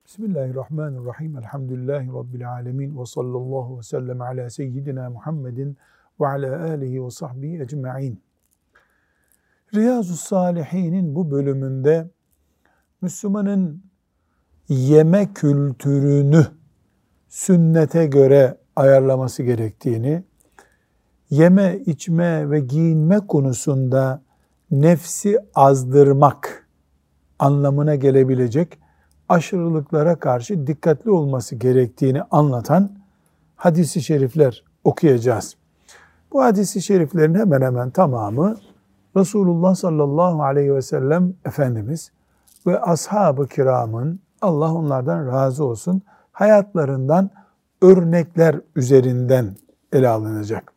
Bismillahirrahmanirrahim. Elhamdülillahi Rabbil alemin. Ve sallallahu ve sellem ala seyyidina Muhammedin ve ala alihi ve sahbihi ecma'in. Riyazu's-Salihin'in bu bölümünde Müslümanın yeme kültürünü sünnete göre ayarlaması gerektiğini, yeme, içme ve giyinme konusunda nefsi azdırmak anlamına gelebilecek aşırılıklara karşı dikkatli olması gerektiğini anlatan hadis-i şerifler okuyacağız. Bu hadis-i şeriflerin hemen hemen tamamı Resulullah sallallahu aleyhi ve sellem Efendimiz ve ashab-ı kiramın, Allah onlardan razı olsun, hayatlarından örnekler üzerinden ele alınacak.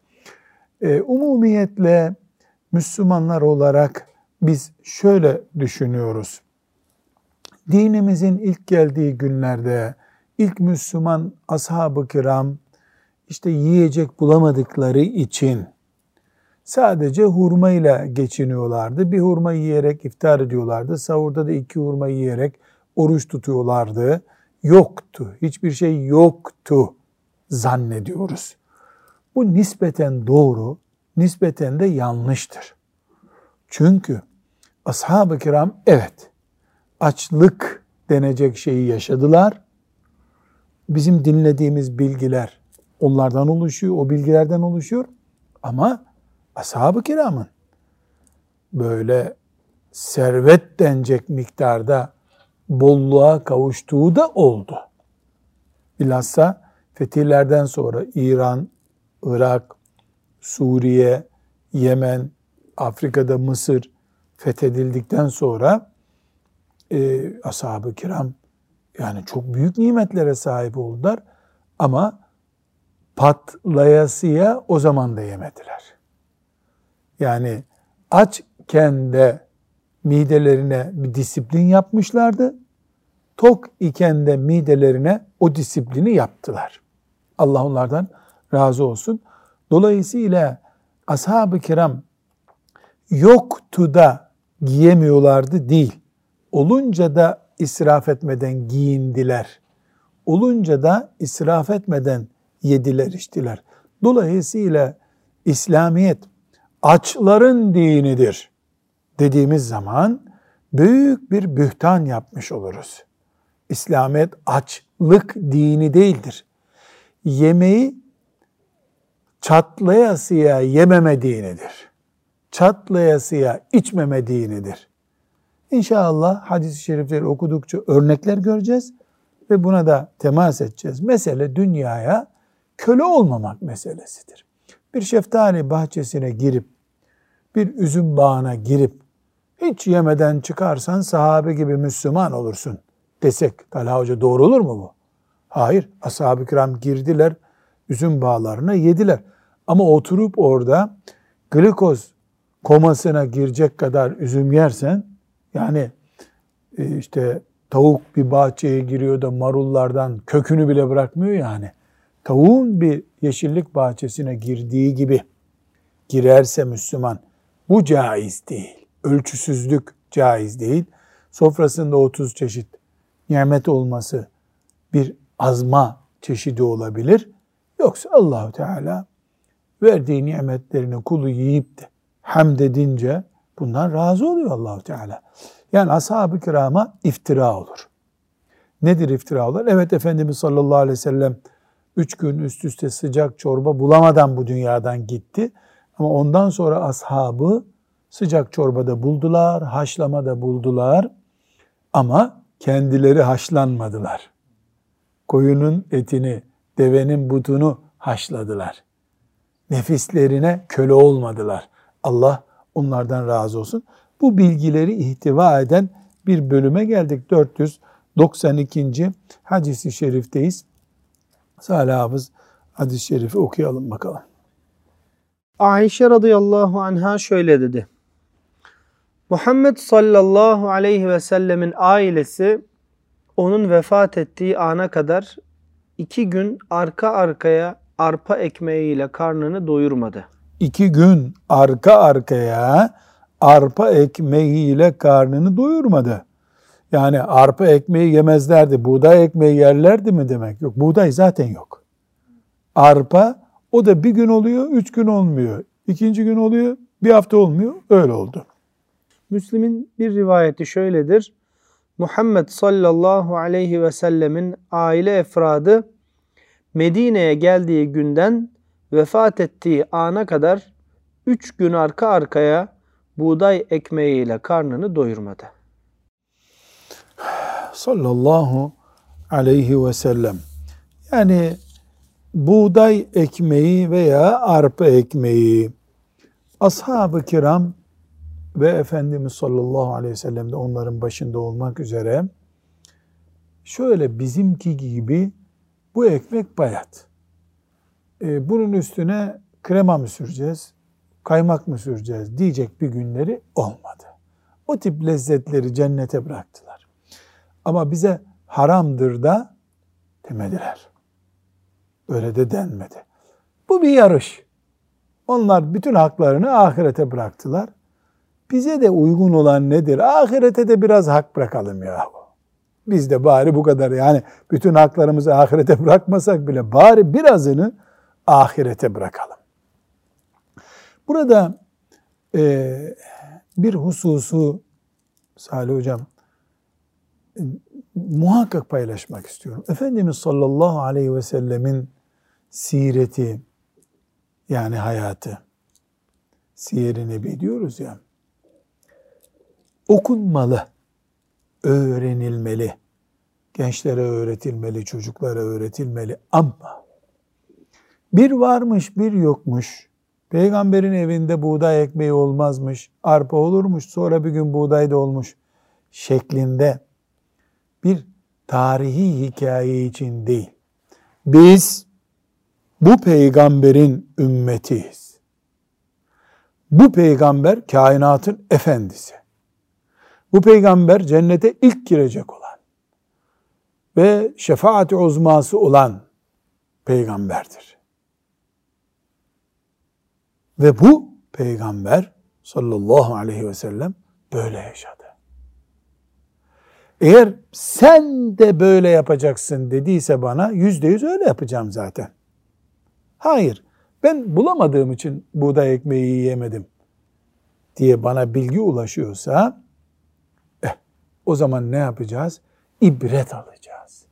Umumiyetle Müslümanlar olarak biz şöyle düşünüyoruz. Dinimizin ilk geldiği günlerde ilk Müslüman ashab-ı kiram yiyecek bulamadıkları için sadece hurmayla geçiniyorlardı. Bir hurma yiyerek iftar ediyorlardı. Sahurda da 2 hurma yiyerek oruç tutuyorlardı. Yoktu. Hiçbir şey yoktu zannediyoruz. Bu nispeten doğru, nispeten de yanlıştır. Çünkü ashab-ı kiram evet, açlık denecek şeyi yaşadılar. Bizim dinlediğimiz bilgiler onlardan oluşuyor, o bilgilerden oluşuyor. Ama ashab-ı kiramın böyle servet denecek miktarda bolluğa kavuştuğu da oldu. Bilhassa fetihlerden sonra İran, Irak, Suriye, Yemen, Afrika'da Mısır fethedildikten sonra ashab-ı kiram yani çok büyük nimetlere sahip oldular ama patlayasıya o zaman da yemediler. Yani açken de midelerine bir disiplin yapmışlardı. Tok iken de midelerine o disiplini yaptılar. Allah onlardan razı olsun. Dolayısıyla ashab-ı kiram yoktu da giyemiyorlardı değil. Olunca da israf etmeden giyindiler. Olunca da israf etmeden yediler, içtiler. Dolayısıyla İslamiyet açların dinidir dediğimiz zaman büyük bir bühtan yapmış oluruz. İslamiyet açlık dini değildir. Yemeği çatlayasıya yememe dinidir. Çatlayasıya içmeme dinidir. İnşallah hadis-i şerifleri okudukça örnekler göreceğiz ve buna da temas edeceğiz. Mesele dünyaya köle olmamak meselesidir. Bir şeftali bahçesine girip, bir üzüm bağına girip, hiç yemeden çıkarsan sahabe gibi Müslüman olursun desek, Talha Hoca doğru olur mu bu? Hayır, ashab-ı kiram girdiler, üzüm bağlarına yediler. Ama oturup orada glikoz komasına girecek kadar üzüm yersen, yani tavuk bir bahçeye giriyor da marullardan kökünü bile bırakmıyor yani. Tavuğun bir yeşillik bahçesine girdiği gibi girerse Müslüman, bu caiz değil. Ölçüsüzlük caiz değil. Sofrasında 30 çeşit nimet olması bir azma çeşidi olabilir. Yoksa Allahu Teala verdiği nimetlerini kulu yiyip de hamd edince bundan razı oluyor Allahu Teala. Yani ashab-ı kirama iftira olur. Nedir iftira olur? Evet, Efendimiz sallallahu aleyhi ve sellem 3 gün üst üste sıcak çorba bulamadan bu dünyadan gitti. Ama ondan sonra ashabı sıcak çorbada buldular, haşlamada buldular. Ama kendileri haşlanmadılar. Koyunun etini, devenin butunu haşladılar. Nefislerine köle olmadılar. Allah onlardan razı olsun. Bu bilgileri ihtiva eden bir bölüme geldik. 492. hadis-i şerifteyiz. Salih Hafız hadis-i şerifi okuyalım bakalım. Ayşe radıyallahu anha şöyle dedi. Muhammed sallallahu aleyhi ve sellemin ailesi onun vefat ettiği ana kadar 2 gün arka arkaya arpa ekmeğiyle karnını doyurmadı. 2 gün arka arkaya arpa ekmeğiyle karnını doyurmadı. Yani arpa ekmeği yemezlerdi, buğday ekmeği yerlerdi mi demek? Yok, buğday zaten yok. Arpa, o da bir gün oluyor, 3 gün olmuyor. İkinci gün oluyor, bir hafta olmuyor. Öyle oldu. Müslim'in bir rivayeti şöyledir. Muhammed sallallahu aleyhi ve sellemin aile efradı Medine'ye geldiği günden vefat ettiği ana kadar 3 gün arka arkaya buğday ekmeğiyle karnını doyurmadı. Sallallahu aleyhi ve sellem. Yani buğday ekmeği veya arpa ekmeği, ashab-ı kiram ve Efendimiz sallallahu aleyhi ve sellem de onların başında olmak üzere şöyle bizimki gibi bu ekmek bayat. Bunun üstüne krema mı süreceğiz, kaymak mı süreceğiz diyecek bir günleri olmadı. O tip lezzetleri cennete bıraktılar. Ama bize haramdır da demediler. Öyle de denmedi. Bu bir yarış. Onlar bütün haklarını ahirete bıraktılar. Bize de uygun olan nedir? Ahirete de biraz hak bırakalım yahu. Biz de bari bu kadar, yani bütün haklarımızı ahirete bırakmasak bile bari birazını ahirete bırakalım. Burada bir hususu Salih Hocam muhakkak paylaşmak istiyorum. Efendimiz sallallahu aleyhi ve sellemin sireti, yani hayatı, siyer-i nebi diyoruz ya, okunmalı, öğrenilmeli, gençlere öğretilmeli, çocuklara öğretilmeli ama bir varmış bir yokmuş, peygamberin evinde buğday ekmeği olmazmış, arpa olurmuş, sonra bir gün buğday da olmuş şeklinde bir tarihi hikaye için değil. Biz bu peygamberin ümmetiyiz. Bu peygamber kainatın efendisi. Bu peygamber cennete ilk girecek olan ve şefaat-i uzması olan peygamberdir. Ve bu peygamber sallallahu aleyhi ve sellem böyle yaşadı. Eğer sen de böyle yapacaksın dediyse bana, %100 öyle yapacağım zaten. Hayır, ben bulamadığım için buğday ekmeği yiyemedim diye bana bilgi ulaşıyorsa, o zaman ne yapacağız? İbret alacağız.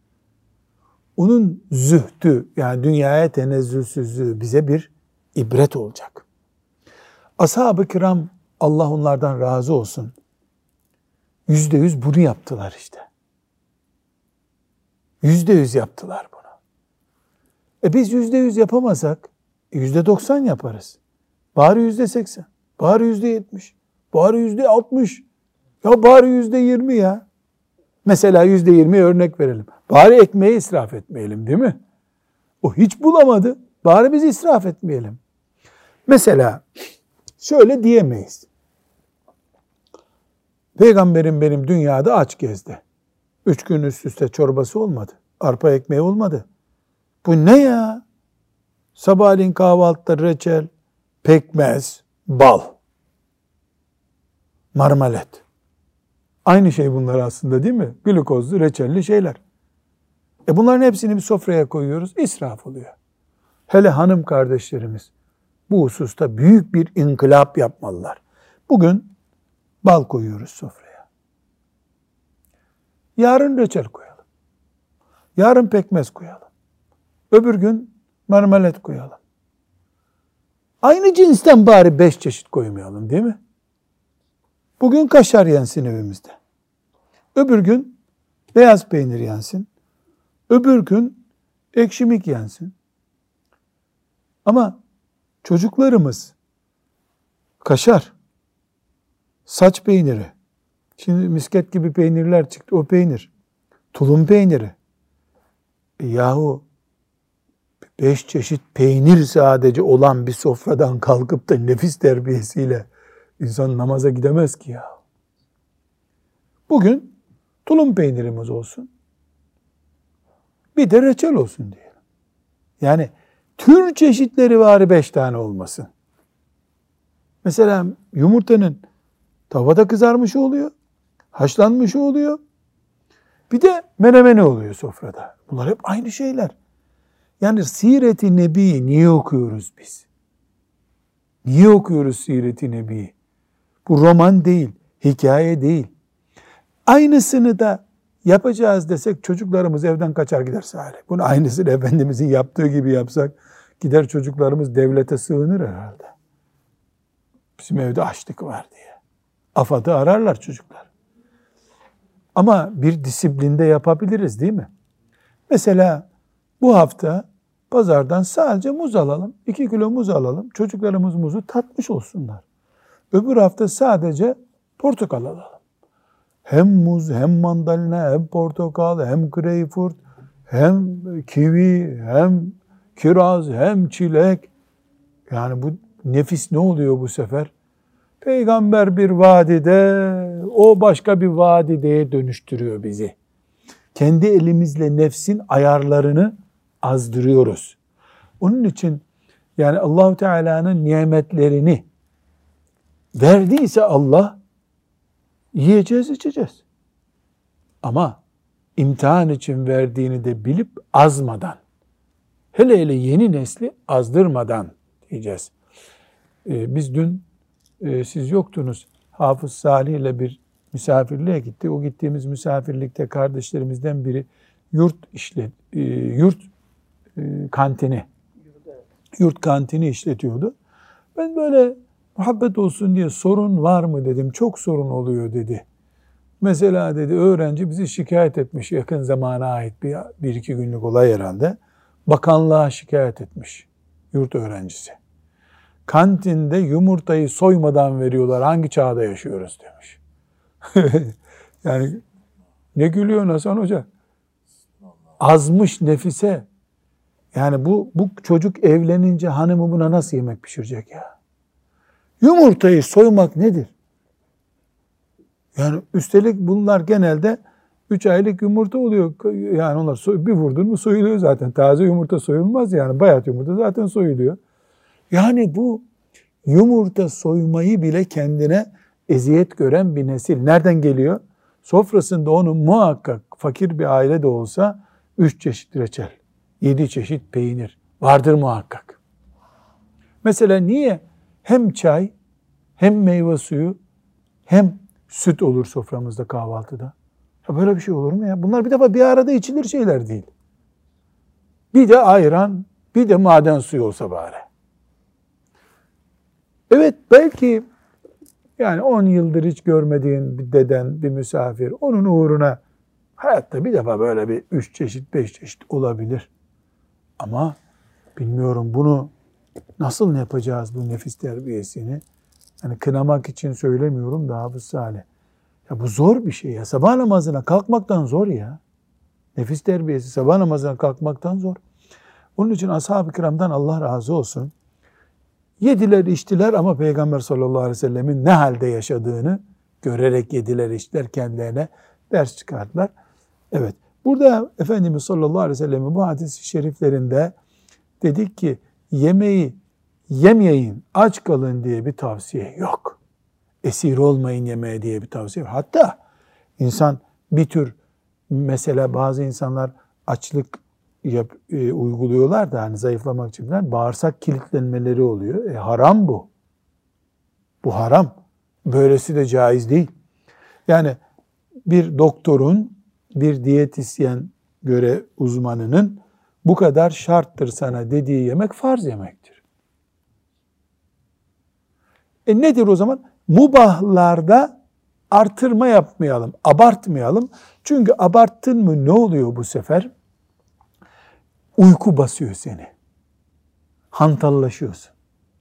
Onun zühdü, yani dünyaya tenezzülsüzlüğü bize bir ibret olacak. Ashab-ı kiram, Allah onlardan razı olsun, %100 bunu yaptılar işte. %100 yaptılar bunu. Biz %100 yapamasak, %90 yaparız. Bari %80, bari %70, bari %60, ya bari %20 ya. Mesela %20 örnek verelim. Bari ekmeği israf etmeyelim, değil mi? O hiç bulamadı. Bari biz israf etmeyelim. Mesela şöyle diyemeyiz. Peygamberim benim dünyada aç gezdi. 3 gün üst üste çorbası olmadı. Arpa ekmeği olmadı. Bu ne ya? Sabahleyin kahvaltıda reçel, pekmez, bal, marmelat. Aynı şey bunlar aslında, değil mi? Glukozlu, reçelli şeyler. Bunların hepsini bir sofraya koyuyoruz. İsraf oluyor. Hele hanım kardeşlerimiz bu hususta büyük bir inkılap yapmalılar. Bugün bal koyuyoruz sofraya. Yarın reçel koyalım. Yarın pekmez koyalım. Öbür gün marmelat koyalım. Aynı cinsten bari 5 çeşit koymayalım, değil mi? Bugün kaşar yensin evimizde. Öbür gün beyaz peynir yensin. Öbür gün ekşimik yensin. Ama çocuklarımız kaşar, saç peyniri, şimdi misket gibi peynirler çıktı, o peynir, tulum peyniri. Yahu 5 çeşit peynir sadece olan bir sofradan kalkıp da nefis terbiyesiyle insan namaza gidemez ki ya. Bugün tulum peynirimiz olsun, bir de reçel olsun diyelim. Yani tür çeşitleri var 5 tane olmasın. Mesela yumurtanın tavada kızarmış oluyor, haşlanmışı oluyor. Bir de menemeni oluyor sofrada. Bunlar hep aynı şeyler. Yani Siret-i Nebi'yi niye okuyoruz biz? Niye okuyoruz Siret-i Nebi'yi? Bu roman değil, hikaye değil. Aynısını da yapacağız desek çocuklarımız evden kaçar gider Salih. Bunu aynısını Efendimizin yaptığı gibi yapsak gider çocuklarımız devlete sığınır herhalde. Bizim evde açlık var diye. AFAD'ı ararlar çocuklar. Ama bir disiplinde yapabiliriz değil mi? Mesela bu hafta pazardan sadece muz alalım. 2 kilo muz alalım. Çocuklarımız muzu tatmış olsunlar. Öbür hafta sadece portakal alalım. Hem muz, hem mandalina, hem portakal, hem greyfurt, hem kivi, hem kiraz, hem çilek. Yani bu nefis ne oluyor bu sefer? Peygamber bir vadide, o başka bir vadideye dönüştürüyor bizi. Kendi elimizle nefsin ayarlarını azdırıyoruz. Onun için yani Allah-u Teala'nın nimetlerini verdiyse Allah, yiyeceğiz, içeceğiz. Ama imtihan için verdiğini de bilip azmadan, hele hele yeni nesli azdırmadan diyeceğiz. Biz dün siz yoktunuz. Hafız Salih ile bir misafirliğe gittik. O gittiğimiz misafirlikte kardeşlerimizden biri yurt kantini işletiyordu. Ben böyle muhabbet olsun diye sorun var mı dedim. Çok sorun oluyor dedi. Mesela dedi öğrenci bizi şikayet etmiş, yakın zamana ait bir iki günlük olay herhalde. Bakanlığa şikayet etmiş yurt öğrencisi. Kantinde yumurtayı soymadan veriyorlar. Hangi çağda yaşıyoruz demiş. Yani ne gülüyorsun Hasan Hoca? Azmış nefise. Yani bu çocuk evlenince hanımı buna nasıl yemek pişirecek ya? Yumurtayı soymak nedir? Yani üstelik bunlar genelde 3 aylık yumurta oluyor. Yani onlar bir vurdun mu soyuluyor zaten. Taze yumurta soyulmaz yani. Bayat yumurta zaten soyuluyor. Yani bu yumurta soymayı bile kendine eziyet gören bir nesil. Nereden geliyor? Sofrasında onun muhakkak fakir bir aile de olsa 3 çeşit reçel, 7 çeşit peynir vardır muhakkak. Mesela niye hem çay, hem meyve suyu, hem süt olur soframızda kahvaltıda? Ya böyle bir şey olur mu ya? Bunlar bir defa bir arada içilir şeyler değil. Bir de ayran, bir de maden suyu olsa bari. Evet belki yani 10 yıldır hiç görmediğin bir deden, bir misafir, onun uğruna hayatta bir defa böyle bir 3 çeşit, 5 çeşit olabilir. Ama bilmiyorum bunu nasıl yapacağız bu nefis terbiyesini? Yani kınamak için söylemiyorum da Hafız Salih. Ya bu zor bir şey ya. Sabah namazına kalkmaktan zor ya. Nefis terbiyesi sabah namazına kalkmaktan zor. Onun için ashab-ı kiramdan Allah razı olsun. Yediler içtiler ama Peygamber sallallahu aleyhi ve sellemin ne halde yaşadığını görerek yediler içtiler, kendilerine ders çıkardılar. Evet. Burada Efendimiz sallallahu aleyhi ve sellemin bu hadis-i şeriflerinde dedik ki yemeği yemeyin, aç kalın diye bir tavsiye yok. Esir olmayın yemeğe diye bir tavsiye yok. Hatta insan bir tür mesela bazı insanlar açlık uyguluyorlar da hani zayıflamak için falan bağırsak kilitlenmeleri oluyor. Haram bu. Bu haram. Böylesi de caiz değil. Yani bir doktorun, bir diyetisyen göre uzmanının bu kadar şarttır sana dediği yemek farz yemektir. Nedir o zaman? Mubahlarda artırma yapmayalım, abartmayalım. Çünkü abarttın mı ne oluyor bu sefer? Uyku basıyor seni. Hantallaşıyorsun.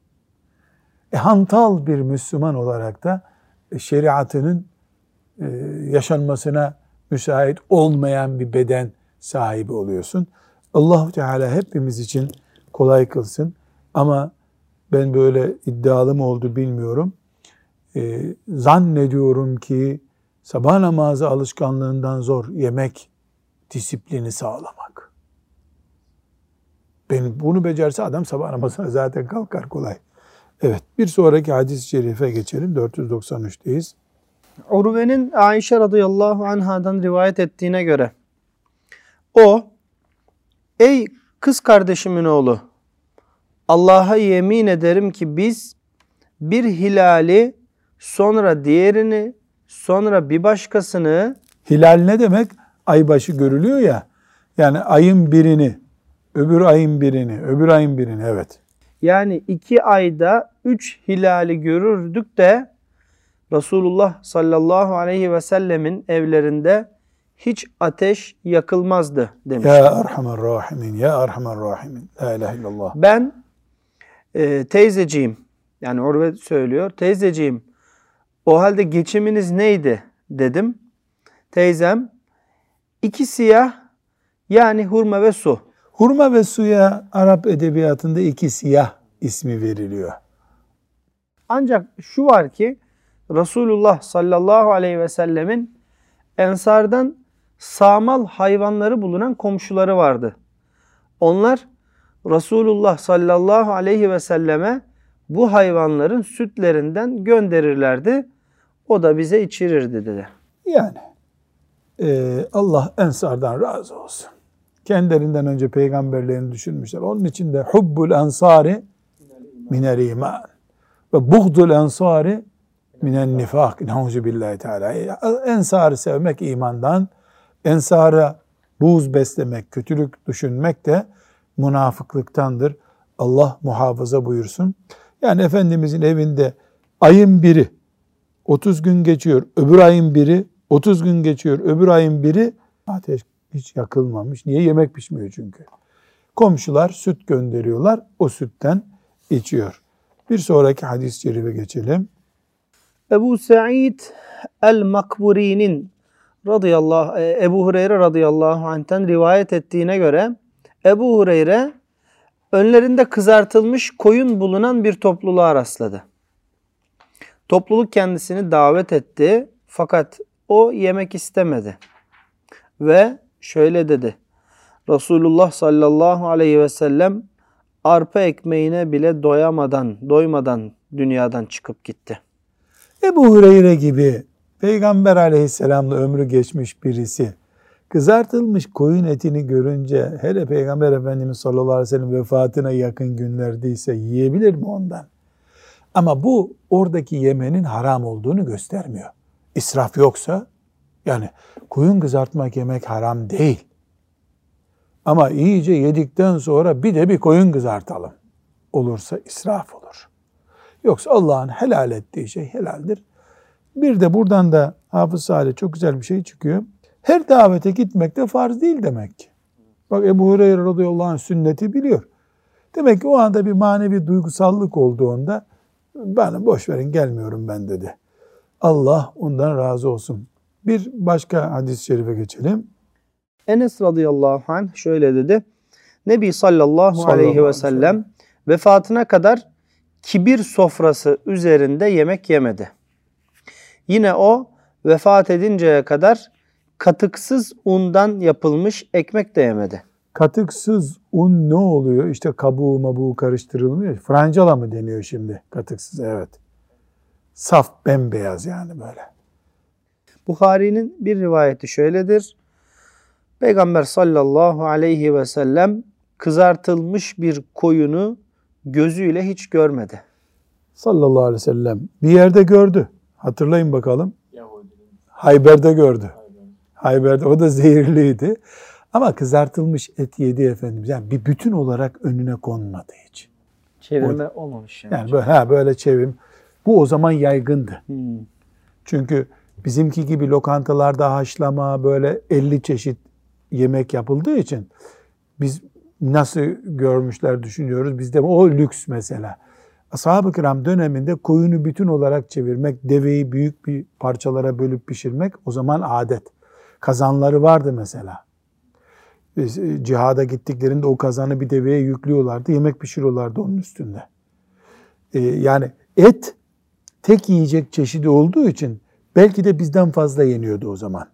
Hantal bir Müslüman olarak da şeriatının yaşanmasına müsait olmayan bir beden sahibi oluyorsun. Allah-u Teala hepimiz için kolay kılsın. Ama ben böyle iddialı mı oldu bilmiyorum. Zannediyorum ki sabah namazı alışkanlığından zor yemek disiplini sağlamak. Bunu becerse adam sabah namazına zaten kalkar kolay. Evet, bir sonraki hadis-i şerife geçelim. 493'teyiz. Urve'nin Ayşe radıyallahu anhadan rivayet ettiğine göre o, ey kız kardeşimin oğlu, Allah'a yemin ederim ki biz bir hilali, sonra diğerini, sonra bir başkasını. Hilal ne demek? Aybaşı görülüyor ya. Yani ayın birini, öbür ayın birini, öbür ayın birini. Evet. Yani 2 ayda 3 hilali görürdük de Resulullah sallallahu aleyhi ve sellemin evlerinde hiç ateş yakılmazdı demiş. Ya Erhamer Rahimin, Ya Erhamer Rahimin. La ilahe illallah. Ben teyzeciğim, yani Urve söylüyor, teyzeciğim o halde geçiminiz neydi dedim. Teyzem 2 siyah, yani hurma ve su. Hurma ve suya Arap edebiyatında 2 siyah ismi veriliyor. Ancak şu var ki Resulullah sallallahu aleyhi ve sellemin ensardan sağmal hayvanları bulunan komşuları vardı. Onlar Resulullah sallallahu aleyhi ve selleme bu hayvanların sütlerinden gönderirlerdi. O da bize içirirdi dedi. Yani Allah ensardan razı olsun. Kendilerinden önce peygamberlerini düşünmüşler. Onun için de hubbul ensari minel iman ve buğdul ensari minen nifak. Neuzubillahi teala. Ensarı sevmek imandan, ensara buğz beslemek, kötülük düşünmek de münafıklıktandır. Allah muhafaza buyursun. Yani Efendimizin evinde ayın biri 30 gün geçiyor, öbür ayın biri 30 gün geçiyor, öbür ayın biri ateş hiç yakılmamış. Niye? Yemek pişmiyor çünkü. Komşular süt gönderiyorlar, o sütten içiyor. Bir sonraki hadis-i şerife geçelim. Ebu Sa'id el-Makburi'nin Ebu Hureyre radıyallahu anh'ten rivayet ettiğine göre Ebu Hureyre önlerinde kızartılmış koyun bulunan bir topluluğa rastladı. Topluluk kendisini davet etti fakat o yemek istemedi. Ve şöyle dedi. Resulullah sallallahu aleyhi ve sellem arpa ekmeğine bile doymadan dünyadan çıkıp gitti. Ebu Hureyre gibi Peygamber aleyhisselamla ömrü geçmiş birisi kızartılmış koyun etini görünce, hele Peygamber Efendimiz sallallahu aleyhi ve sellem vefatına yakın günlerdeyse yiyebilir mi ondan? Ama bu oradaki yemenin haram olduğunu göstermiyor. İsraf yoksa, yani koyun kızartmak yemek haram değil. Ama iyice yedikten sonra bir de bir koyun kızartalım. Olursa israf olur. Yoksa Allah'ın helal ettiği şey helaldir. Bir de buradan da Hafız Salih çok güzel bir şey çıkıyor. Her davete gitmek de farz değil demek ki. Bak Ebu Hureyre radıyallahu anh sünneti biliyor. Demek ki o anda bir manevi duygusallık olduğunda bana boş verin gelmiyorum ben dedi. Allah ondan razı olsun. Bir başka hadis-i şerife geçelim. Enes radıyallahu anh şöyle dedi. Nebi sallallahu aleyhi ve sellem vefatına kadar kibir sofrası üzerinde yemek yemedi. Yine o vefat edinceye kadar katıksız undan yapılmış ekmek de yemedi. Katıksız un ne oluyor? İşte kabuğu mabuğu karıştırılmıyor. Francala mı deniyor şimdi? Katıksız, evet. Saf bembeyaz yani böyle. Buhari'nin bir rivayeti şöyledir. Peygamber sallallahu aleyhi ve sellem kızartılmış bir koyunu gözüyle hiç görmedi. Sallallahu aleyhi ve sellem bir yerde gördü. Hatırlayın bakalım. Hayber'de gördü. Hayber'de, o da zehirliydi. Ama kızartılmış et yedi Efendimiz. Yani bir bütün olarak önüne konmadı hiç. Çevirme olmamış yani. Yani böyle çevim. Bu o zaman yaygındı. Çünkü bizimki gibi lokantalarda haşlama, böyle 50 çeşit yemek yapıldığı için biz nasıl görmüşler düşünüyoruz. Bizde o lüks mesela. Ashab-ı kiram döneminde koyunu bütün olarak çevirmek, deveyi büyük bir parçalara bölüp pişirmek o zaman adet. Kazanları vardı mesela. Biz cihada gittiklerinde o kazanı bir deveye yüklüyorlardı. Yemek pişiriyorlardı onun üstünde. Yani et tek yiyecek çeşidi olduğu için belki de bizden fazla yeniyordu o zaman.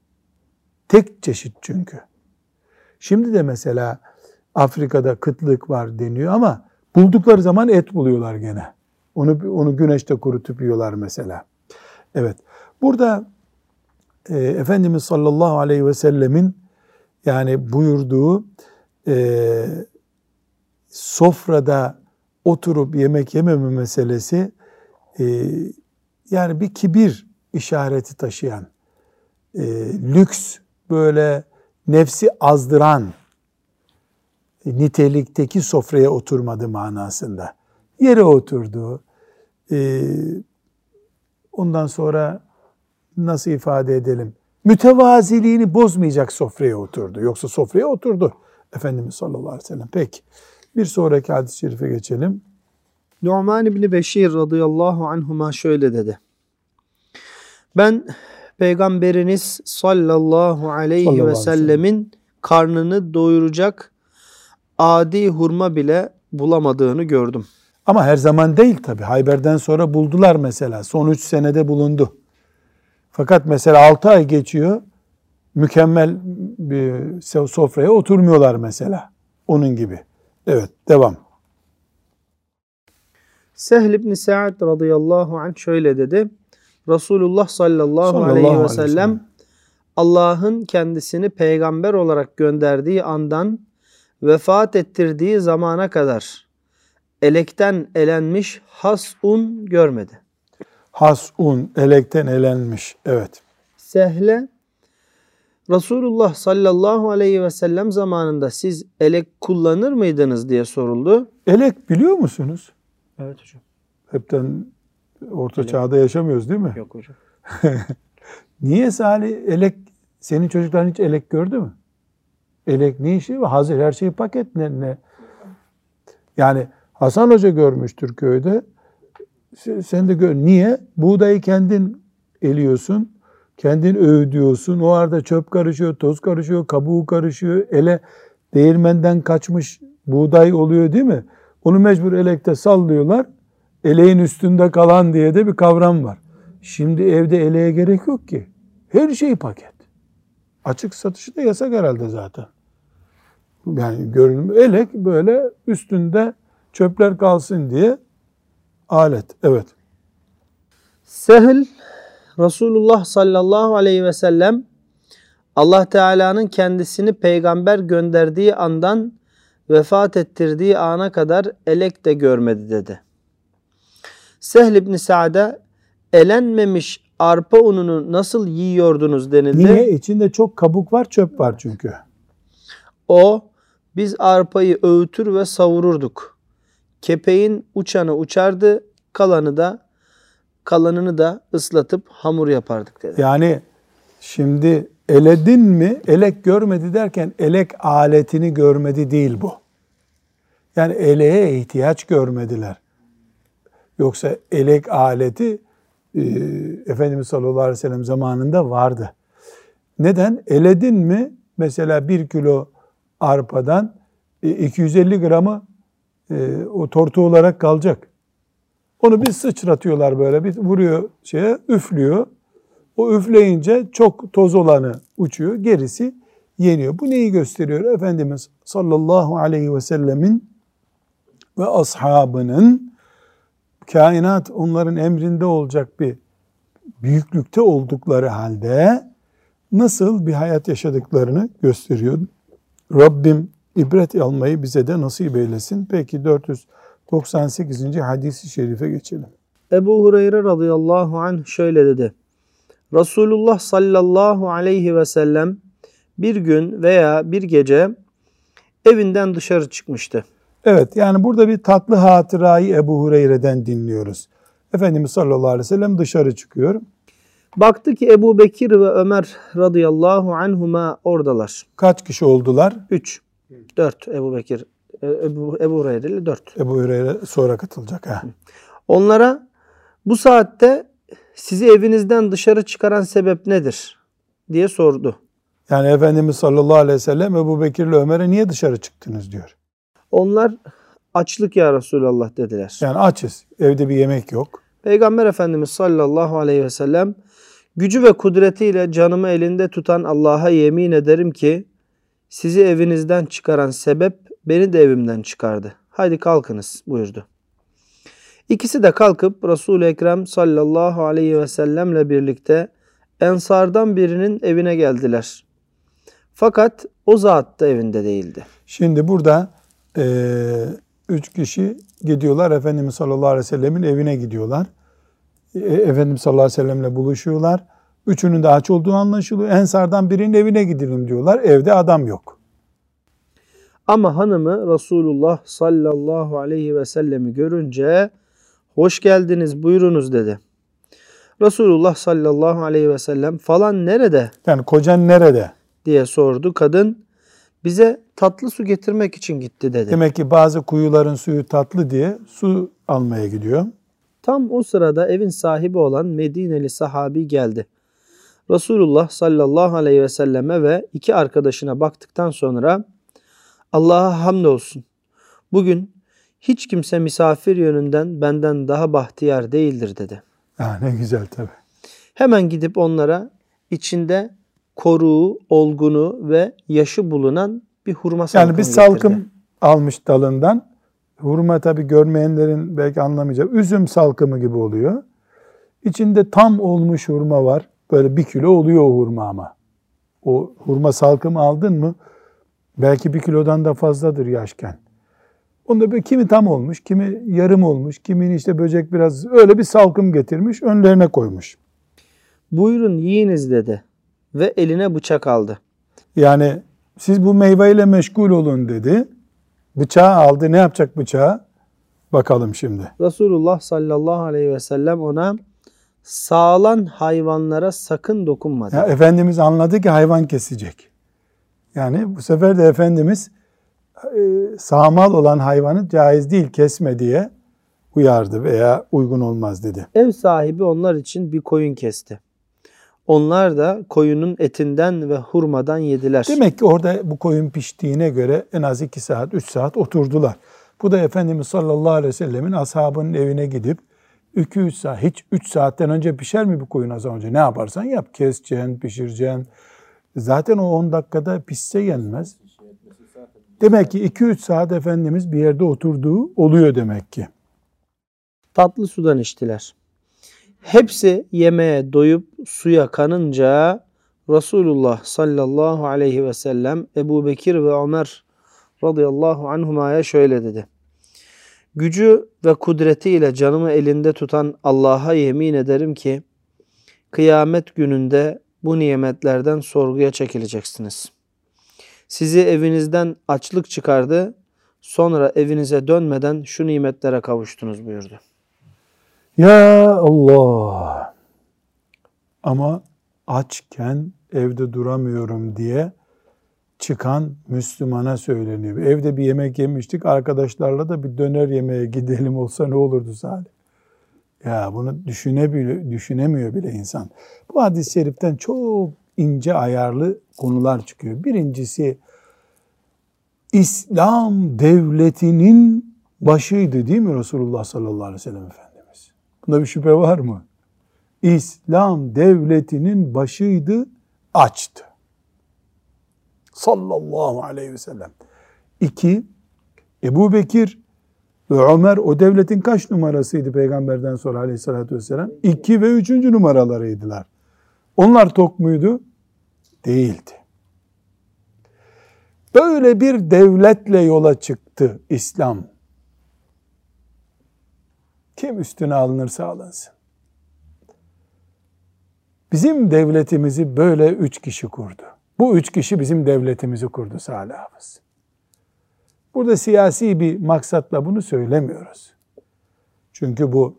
Tek çeşit çünkü. Şimdi de mesela Afrika'da kıtlık var deniyor ama buldukları zaman et buluyorlar gene. Onu güneşte kurutup yiyorlar mesela. Evet. Burada Efendimiz sallallahu aleyhi ve sellemin yani buyurduğu sofrada oturup yemek yememe meselesi yani bir kibir işareti taşıyan, lüks, böyle nefsi azdıran nitelikteki sofraya oturmadı manasında. Yere oturdu. Ondan sonra nasıl ifade edelim? Mütevaziliğini bozmayacak sofraya oturdu. Yoksa sofraya oturdu Efendimiz sallallahu aleyhi ve sellem. Peki. Bir sonraki hadis-i şerife geçelim. Nu'man İbni Beşir radıyallahu anhuma şöyle dedi. Ben Peygamberiniz sallallahu aleyhi ve sellemin karnını doyuracak adi hurma bile bulamadığını gördüm. Ama her zaman değil tabi. Hayber'den sonra buldular mesela. Son 3 senede bulundu. Fakat mesela 6 ay geçiyor. Mükemmel bir sofraya oturmuyorlar mesela. Onun gibi. Evet, devam. Sehl ibn Sa'd radıyallahu anh şöyle dedi. Resulullah sallallahu aleyhi ve sellem Allah'ın kendisini peygamber olarak gönderdiği andan vefat ettirdiği zamana kadar elekten elenmiş has un görmedi. Has un, elekten elenmiş. Evet. Sehle Resulullah sallallahu aleyhi ve sellem zamanında siz elek kullanır mıydınız diye soruldu. Elek biliyor musunuz? Evet hocam. Hepten orta çağda yaşamıyoruz değil mi? Yok hocam. Niye Salih elek, senin çocukların hiç elek gördü mü? Elek ne işi var? Hazır her şeyi paket ne? Yani Hasan Hoca görmüştür köyde. Sen de gör. Niye? Buğdayı kendin eliyorsun. Kendin öğüdüyorsun. O arada çöp karışıyor, toz karışıyor, kabuğu karışıyor. Ele değirmenden kaçmış buğday oluyor değil mi? Onu mecbur elekte sallıyorlar. Eleğin üstünde kalan diye de bir kavram var. Şimdi evde eleğe gerek yok ki. Her şey paket. Açık satışı da yasak herhalde zaten. Yani görünüm elek böyle üstünde çöpler kalsın diye alet. Evet. Sehl Resulullah sallallahu aleyhi ve sellem Allah Teala'nın kendisini peygamber gönderdiği andan vefat ettirdiği ana kadar elek de görmedi dedi. Sehl ibn Sa'd'a elenmemiş arpa ununu nasıl yiyordunuz denildi. Niye? İçinde çok kabuk var, çöp var çünkü. O, biz arpayı öğütür ve savururduk. Kepeğin uçanı uçardı, kalanını da ıslatıp hamur yapardık dedi. Yani şimdi eledin mi? Elek görmedi derken elek aletini görmedi değil bu. Yani eleğe ihtiyaç görmediler. Yoksa elek aleti Efendimiz sallallahu aleyhi ve sellem zamanında vardı. Neden? Eledin mi? Mesela 1 kilo arpadan 250 gramı o tortu olarak kalacak. Onu bir sıçratıyorlar böyle, bir vuruyor şeye, üflüyor. O üfleyince çok toz olanı uçuyor, gerisi yeniyor. Bu neyi gösteriyor? Efendimiz sallallahu aleyhi ve sellemin ve ashabının kainat onların emrinde olacak bir büyüklükte oldukları halde nasıl bir hayat yaşadıklarını gösteriyor. Rabbim ibret almayı bize de nasip eylesin. Peki 498. hadis-i şerife geçelim. Ebu Hureyre radıyallahu anh şöyle dedi. Resulullah sallallahu aleyhi ve sellem bir gün veya bir gece evinden dışarı çıkmıştı. Evet, yani burada bir tatlı hatırayı Ebu Hureyre'den dinliyoruz. Efendimiz sallallahu aleyhi ve sellem dışarı çıkıyor. Baktı ki Ebu Bekir ve Ömer radıyallahu anhuma oradalar. Kaç kişi oldular? 3, 4 Ebu Bekir, Ebu Hureyre ile 4. Ebu Hureyre sonra katılacak. Ha. Onlara bu saatte sizi evinizden dışarı çıkaran sebep nedir diye sordu. Yani Efendimiz sallallahu aleyhi ve sellem Ebu Bekir ile Ömer'e niye dışarı çıktınız diyor. Onlar açlık ya Resulallah dediler. Yani açız. Evde bir yemek yok. Peygamber Efendimiz sallallahu aleyhi ve sellem gücü ve kudretiyle canımı elinde tutan Allah'a yemin ederim ki sizi evinizden çıkaran sebep beni de evimden çıkardı. Haydi kalkınız buyurdu. İkisi de kalkıp Resul-i Ekrem sallallahu aleyhi ve sellemle birlikte Ensardan birinin evine geldiler. Fakat o zat da evinde değildi. Şimdi burada 3 kişi gidiyorlar. Efendimiz sallallahu aleyhi ve sellemin evine gidiyorlar. Efendimiz sallallahu aleyhi ve sellemle buluşuyorlar. Üçünün de aç olduğu anlaşılıyor. Ensardan birinin evine gidelim diyorlar. Evde adam yok. Ama hanımı Resulullah sallallahu aleyhi ve sellemi görünce hoş geldiniz buyurunuz dedi. Resulullah sallallahu aleyhi ve sellem falan nerede Yani kocan nerede? diye sordu. Kadın bize tatlı su getirmek için gitti dedi. Demek ki bazı kuyuların suyu tatlı diye su almaya gidiyor. Tam o sırada evin sahibi olan Medineli sahabi geldi. Resulullah sallallahu aleyhi ve selleme ve iki arkadaşına baktıktan sonra Allah'a hamdolsun. Bugün hiç kimse misafir yönünden benden daha bahtiyar değildir dedi. Ya ne güzel tabii. Hemen gidip onlara içinde koruğu, olgunu ve yaşı bulunan bir hurma salkımı Yani bir getirdi. salkım almış dalından. Hurma tabii görmeyenlerin belki anlamayacağı üzüm salkımı gibi oluyor. İçinde tam olmuş hurma var. Böyle 1 kilo oluyor o hurma ama. O hurma salkımı aldın mı belki 1 kilodan da fazladır yaşken. Onda böyle kimi tam olmuş, kimi yarım olmuş, kimini işte böcek biraz öyle bir salkım getirmiş, önlerine koymuş. Buyurun yiyiniz dedi ve eline bıçak aldı. Yani siz bu meyveyle meşgul olun dedi. Bıçağı aldı. Ne yapacak bıçağı? Bakalım şimdi. Resulullah sallallahu aleyhi ve sellem ona sağlan hayvanlara sakın dokunma dedi. Ya Efendimiz anladı ki hayvan kesecek. Yani bu sefer de Efendimiz sağmal olan hayvanı caiz değil kesme diye uyardı veya uygun olmaz dedi. Ev sahibi onlar için bir koyun kesti. Onlar da koyunun etinden ve hurmadan yediler. Demek ki orada bu koyun piştiğine göre en az 2 saat, 3 saat oturdular. Bu da Efendimiz sallallahu aleyhi ve sellemin ashabının evine gidip 2-3 saat, hiç 3 saatten önce pişer mi bu koyun az önce? Ne yaparsan yap, keseceksin, pişireceksin. Zaten o 10 dakikada pişse yenmez. Demek ki 2-3 saat Efendimiz bir yerde oturduğu oluyor demek ki. Tatlı sudan içtiler. Hepsi yemeğe doyup suya kanınca Resulullah sallallahu aleyhi ve sellem Ebu Bekir ve Ömer radıyallahu anhumaya şöyle dedi. Gücü ve kudretiyle canımı elinde tutan Allah'a yemin ederim ki kıyamet gününde bu nimetlerden sorguya çekileceksiniz. Sizi evinizden açlık çıkardı, sonra evinize dönmeden şu nimetlere kavuştunuz buyurdu. Ya Allah! Ama açken evde duramıyorum diye çıkan Müslümana söyleniyor. Evde bir yemek yemiştik, arkadaşlarla da bir döner yemeğe gidelim olsa ne olurdu Salih? Ya bunu düşünemiyor bile insan. Bu hadis-i şeriften çok ince ayarlı konular çıkıyor. Birincisi, İslam devletinin başıydı değil mi Resulullah sallallahu aleyhi ve sellem Efendimiz? Bunda bir şüphe var mı? İslam devletinin başıydı, açtı. Sallallahu aleyhi ve sellem. 2, Ebu Bekir ve Ömer o devletin kaç numarasıydı peygamberden sonra aleyhissalatü vesselam? 2 ve 3. numaralarıydılar. Onlar tok muydu? Değildi. Böyle bir devletle yola çıktı İslam. Kim üstüne alınırsa alınsın. Bizim devletimizi böyle 3 kişi kurdu. Bu 3 kişi bizim devletimizi kurdu Salih Hafız. Burada siyasi bir maksatla bunu söylemiyoruz. Çünkü bu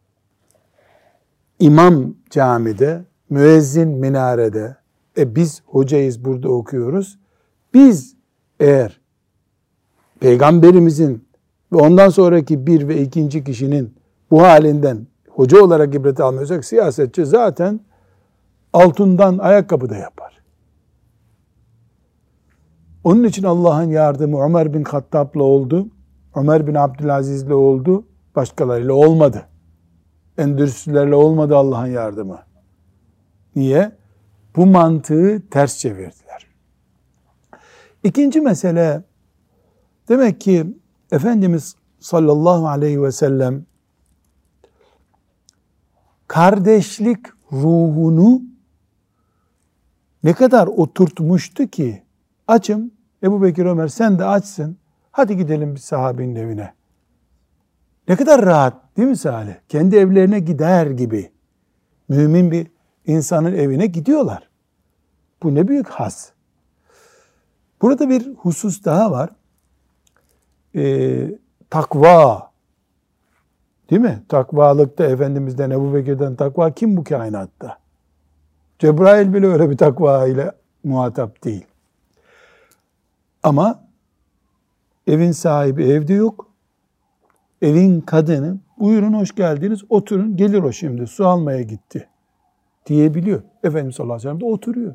imam camide, müezzin minarede, biz hocayız burada okuyoruz. Biz eğer peygamberimizin ve ondan sonraki 1 ve 2. kişinin bu halinden hoca olarak ibret almıyorsak siyasetçi zaten altından ayakkabı da yapar. Onun için Allah'ın yardımı Ömer bin Hattab'la oldu, Ömer bin Abdülaziz'le oldu, başkalarıyla olmadı. Endülüslerle olmadı Allah'ın yardımı. Niye? Bu mantığı ters çevirdiler. İkinci mesele, demek ki Efendimiz sallallahu aleyhi ve sellem kardeşlik ruhunu ne kadar oturtmuştu ki, açım, Ebu Bekir Ömer sen de açsın, hadi gidelim bir sahabenin evine. Ne kadar rahat değil mi Salih? Kendi evlerine gider gibi mümin bir insanın evine gidiyorlar. Bu ne büyük has. Burada bir husus daha var. Takva. Değil mi? Takvalıkta Efendimiz'den, Ebu Bekir'den takva kim bu kainatta? Cebrail bile öyle bir takva ile muhatap değil. Ama evin sahibi evde yok. Evin kadını buyurun hoş geldiniz oturun gelir o şimdi su almaya gitti diyebiliyor. Efendimiz sallallahu aleyhi ve sellem de oturuyor.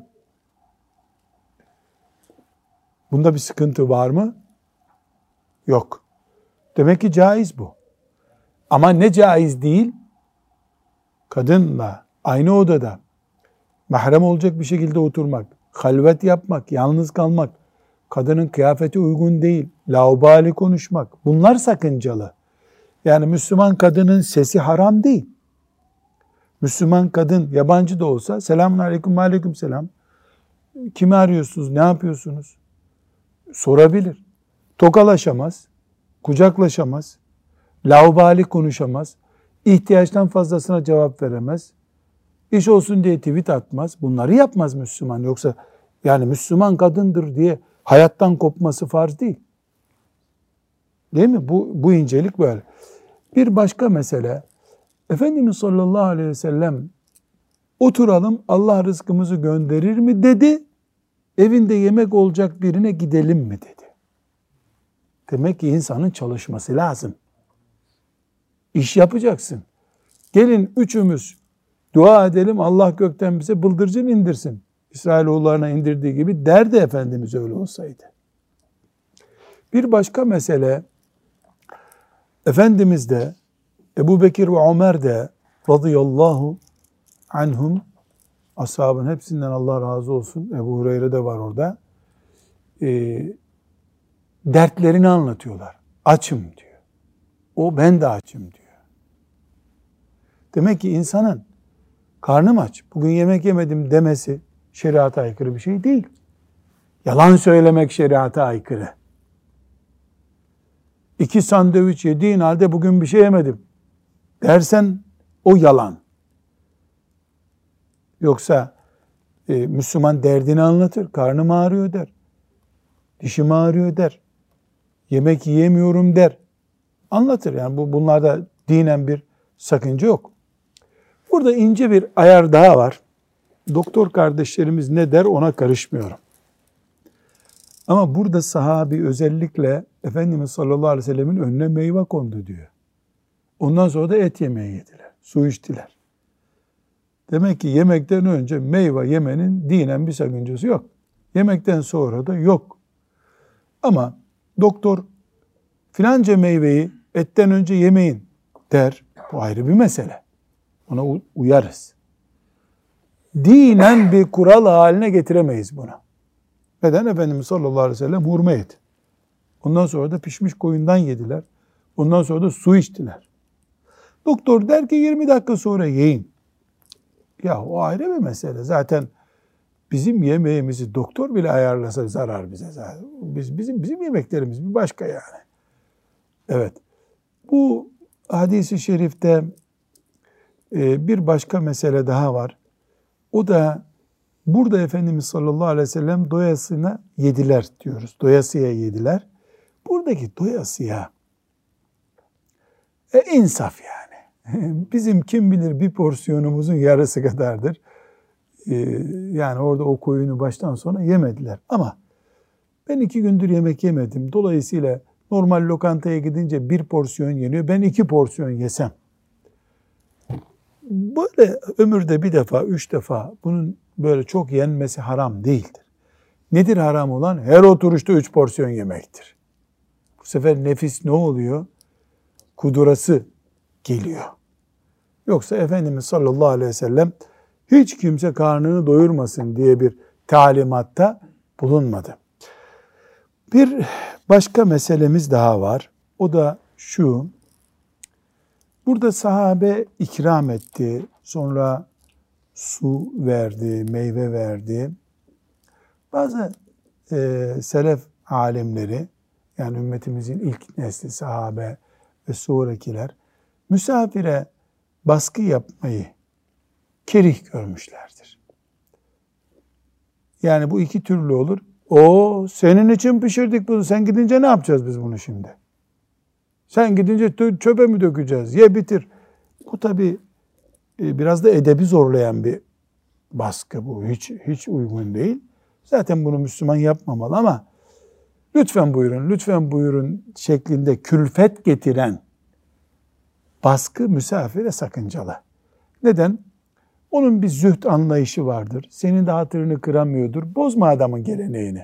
Bunda bir sıkıntı var mı? Yok. Demek ki caiz bu. Ama ne caiz değil? Kadınla aynı odada mahrem olacak bir şekilde oturmak, halvet yapmak, yalnız kalmak, kadının kıyafeti uygun değil, laubali konuşmak, bunlar sakıncalı. Yani Müslüman kadının sesi haram değil. Müslüman kadın yabancı da olsa selamun aleyküm aleyküm selam. Kimi arıyorsunuz, ne yapıyorsunuz? Sorabilir. Tokalaşamaz, kucaklaşamaz, laubali konuşamaz, ihtiyaçtan fazlasına cevap veremez, iş olsun diye tweet atmaz. Bunları yapmaz Müslüman. Yoksa yani Müslüman kadındır diye hayattan kopması farz değil. Değil mi? Bu incelik böyle. Bir başka mesele, Efendimiz sallallahu aleyhi ve sellem oturalım Allah rızkımızı gönderir mi dedi, evinde yemek olacak birine gidelim mi dedi. Demek ki insanın çalışması lazım. İş yapacaksın. Gelin üçümüz dua edelim Allah gökten bize bıldırcın indirsin. İsrailoğullarına indirdiği gibi derdi Efendimiz öyle olsaydı. Bir başka mesele, Efendimiz de Ebu Bekir ve Ömer de radıyallahu anhum, ashabın hepsinden Allah razı olsun, Ebu Hureyre de var orada, dertlerini anlatıyorlar. Açım diyor. O ben de açım diyor. Demek ki insanın karnım aç, bugün yemek yemedim demesi şeriata aykırı bir şey değil. Yalan söylemek şeriata aykırı. 2 sandviç yediğin halde bugün bir şey yemedim dersen o yalan. Yoksa Müslüman derdini anlatır. Karnım ağrıyor der. Dişim ağrıyor der. Yemek yiyemiyorum der. Anlatır. Yani bunlarda dinen bir sakınca yok. Burada ince bir ayar daha var. Doktor kardeşlerimiz ne der ona karışmıyorum. Ama burada sahabi özellikle Efendimiz sallallahu aleyhi ve sellemin önüne meyve kondu diyor. Ondan sonra da et yemeği yediler. Su içtiler. Demek ki yemekten önce meyve yemenin dinen bir sakıncası yok. Yemekten sonra da yok. Ama doktor filanca meyveyi etten önce yemeyin der. Bu ayrı bir mesele. Ona uyarız. Dinen bir kural haline getiremeyiz bunu. Neden? Efendimiz sallallahu aleyhi ve sellem hurma yedi. Ondan sonra da pişmiş koyundan yediler. Ondan sonra da su içtiler. Doktor der ki 20 dakika sonra yiyin. Ya o ayrı bir mesele. Zaten bizim yemeğimizi doktor bile ayarlasa zarar bize zaten. Bizim yemeklerimiz bir başka yani. Evet. Bu hadis-i şerifte bir başka mesele daha var. O da burada Efendimiz sallallahu aleyhi ve sellem doyasına yediler diyoruz. Doyasıya yediler. Buradaki doyasıya insaf yani. Bizim kim bilir bir porsiyonumuzun yarısı kadardır. Yani orada o koyunu baştan sona yemediler. Ama ben 2 gündür yemek yemedim. Dolayısıyla normal lokantaya gidince 1 porsiyon yeniyor. Ben 2 porsiyon yesem. Böyle ömürde 1 defa, 3 defa bunun böyle çok yenmesi haram değildir. Nedir haram olan? Her oturuşta 3 porsiyon yemektir. Bu sefer nefis ne oluyor? Kudurası geliyor. Yoksa Efendimiz sallallahu aleyhi ve sellem hiç kimse karnını doyurmasın diye bir talimatta bulunmadı. Bir başka meselemiz daha var. O da şu. Burada sahabe ikram etti. Sonra su verdi, meyve verdi. Bazı selef alimleri, yani ümmetimizin ilk nesli sahabe ve sonrakiler, misafire baskı yapmayı kerih görmüşlerdir. Yani bu iki türlü olur. O senin için pişirdik bunu. Sen gidince ne yapacağız biz bunu şimdi? Sen gidince çöpe mi dökeceğiz? Ye bitir. Bu tabii biraz da edebi zorlayan bir baskı bu. Hiç uygun değil. Zaten bunu Müslüman yapmamalı ama lütfen buyurun, lütfen buyurun şeklinde külfet getiren baskı misafire sakıncalı. Neden? Onun bir zühd anlayışı vardır. Senin de hatırını kıramıyordur. Bozma adamın geleneğini.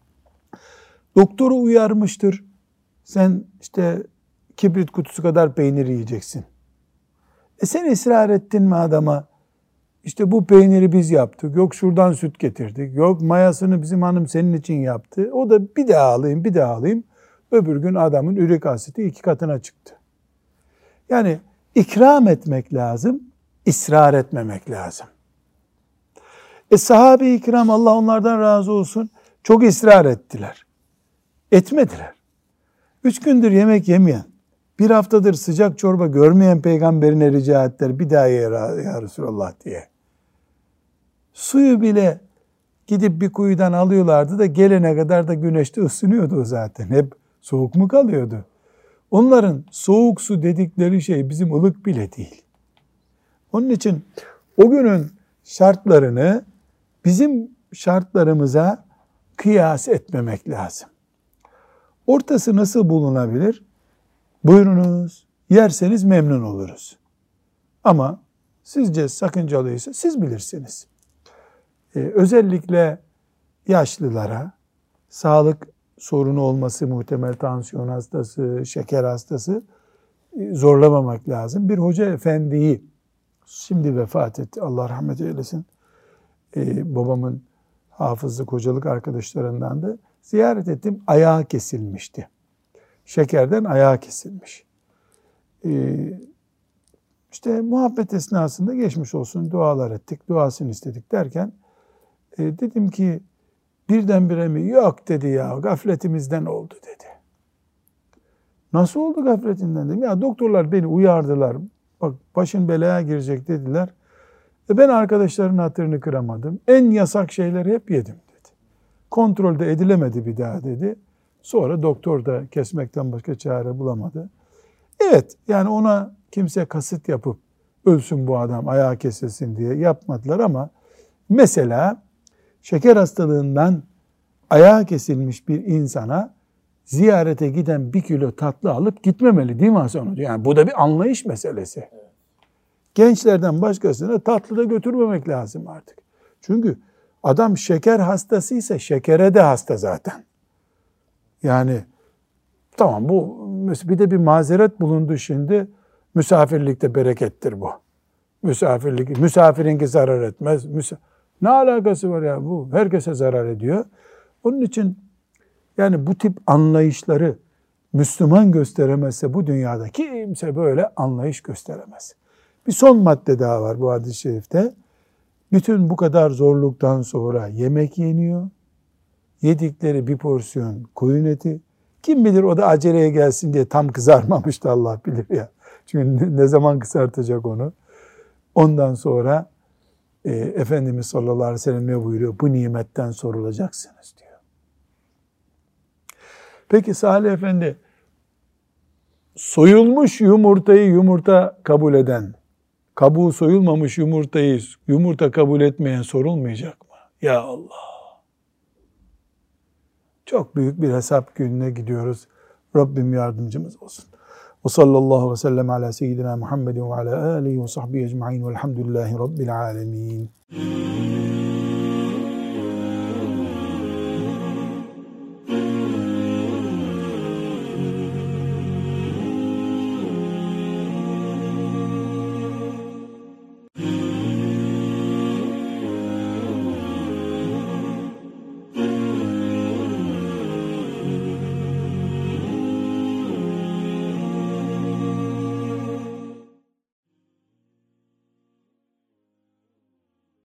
Doktoru uyarmıştır. Sen işte kibrit kutusu kadar peynir yiyeceksin. Sen ısrar ettin mi adama? İşte bu peyniri biz yaptık. Yok şuradan süt getirdik. Yok mayasını bizim hanım senin için yaptı. O da bir daha alayım, bir daha alayım. Öbür gün adamın ürik asidi 2 katına çıktı. Yani ikram etmek lazım, ısrar etmemek lazım. Sahabe-i kiram, Allah onlardan razı olsun, çok ısrar ettiler. Etmediler. 3 gündür yemek yemeyen, 1 haftadır sıcak çorba görmeyen peygamberine rica ettiler. Bir daha ye ya Resulallah diye. Suyu bile gidip bir kuyudan alıyorlardı da gelene kadar da güneşte ısınıyordu o zaten. Hep soğuk mu kalıyordu? Onların soğuk su dedikleri şey bizim ılık bile değil. Onun için o günün şartlarını bizim şartlarımıza kıyas etmemek lazım. Ortası nasıl bulunabilir? Buyurunuz, yerseniz memnun oluruz. Ama sizce sakıncalıysa siz bilirsiniz. Özellikle yaşlılara, sağlık sorunu olması muhtemel, tansiyon hastası, şeker hastası zorlamamak lazım. Bir hoca efendiyi, şimdi vefat etti, Allah rahmet eylesin, babamın hafızlık, hocalık arkadaşlarındandı. Ziyaret ettim, ayağı kesilmişti. Şekerden ayağı kesilmiş. İşte muhabbet esnasında geçmiş olsun dualar ettik, duasını istedik derken dedim ki birdenbire mi? Yok dedi ya, gafletimizden oldu dedi. Nasıl oldu gafletinden dedim. Ya doktorlar beni uyardılar. Bak başın belaya girecek dediler. Ben arkadaşların hatırını kıramadım. En yasak şeyleri hep yedim dedi. Kontrolde edilemedi bir daha dedi. Sonra doktor da kesmekten başka çare bulamadı. Evet, yani ona kimse kasıt yapıp ölsün bu adam, ayağı kesilsin diye yapmadılar ama mesela şeker hastalığından ayağı kesilmiş bir insana ziyarete giden 1 kilo tatlı alıp gitmemeli değil mi Hasan Hoca? Yani bu da bir anlayış meselesi. Gençlerden başkasına tatlı da götürmemek lazım artık. Çünkü adam şeker hastasıysa şekere de hasta zaten. Yani tamam, bu bir de bir mazeret bulundu şimdi. Misafirlikte berekettir bu. Misafirinki zarar etmez. Ne alakası var ya, bu herkese zarar ediyor. Onun için yani bu tip anlayışları Müslüman gösteremezse bu dünyada kimse böyle anlayış gösteremez. Bir son madde daha var bu hadis-i şerifte. Bütün bu kadar zorluktan sonra yemek yeniyor. Yedikleri bir porsiyon koyun eti. Kim bilir o da aceleye gelsin diye tam kızarmamıştı, Allah bilir ya. Çünkü ne zaman kızartacak onu. Ondan sonra Efendimiz sallallahu aleyhi ve sellem ne buyuruyor? Bu nimetten sorulacaksınız diyor. Peki Salih Efendi, soyulmuş yumurtayı yumurta kabul eden, kabuğu soyulmamış yumurtayı yumurta kabul etmeyen sorulmayacak mı? Ya Allah! Çok büyük bir hesap gününe gidiyoruz. Rabbim yardımcımız olsun. Ve sallallahu ve sellem ala seyyidina Muhammedin ve ala alihi ve sahbihi ecma'in velhamdülillahi rabbil alemin.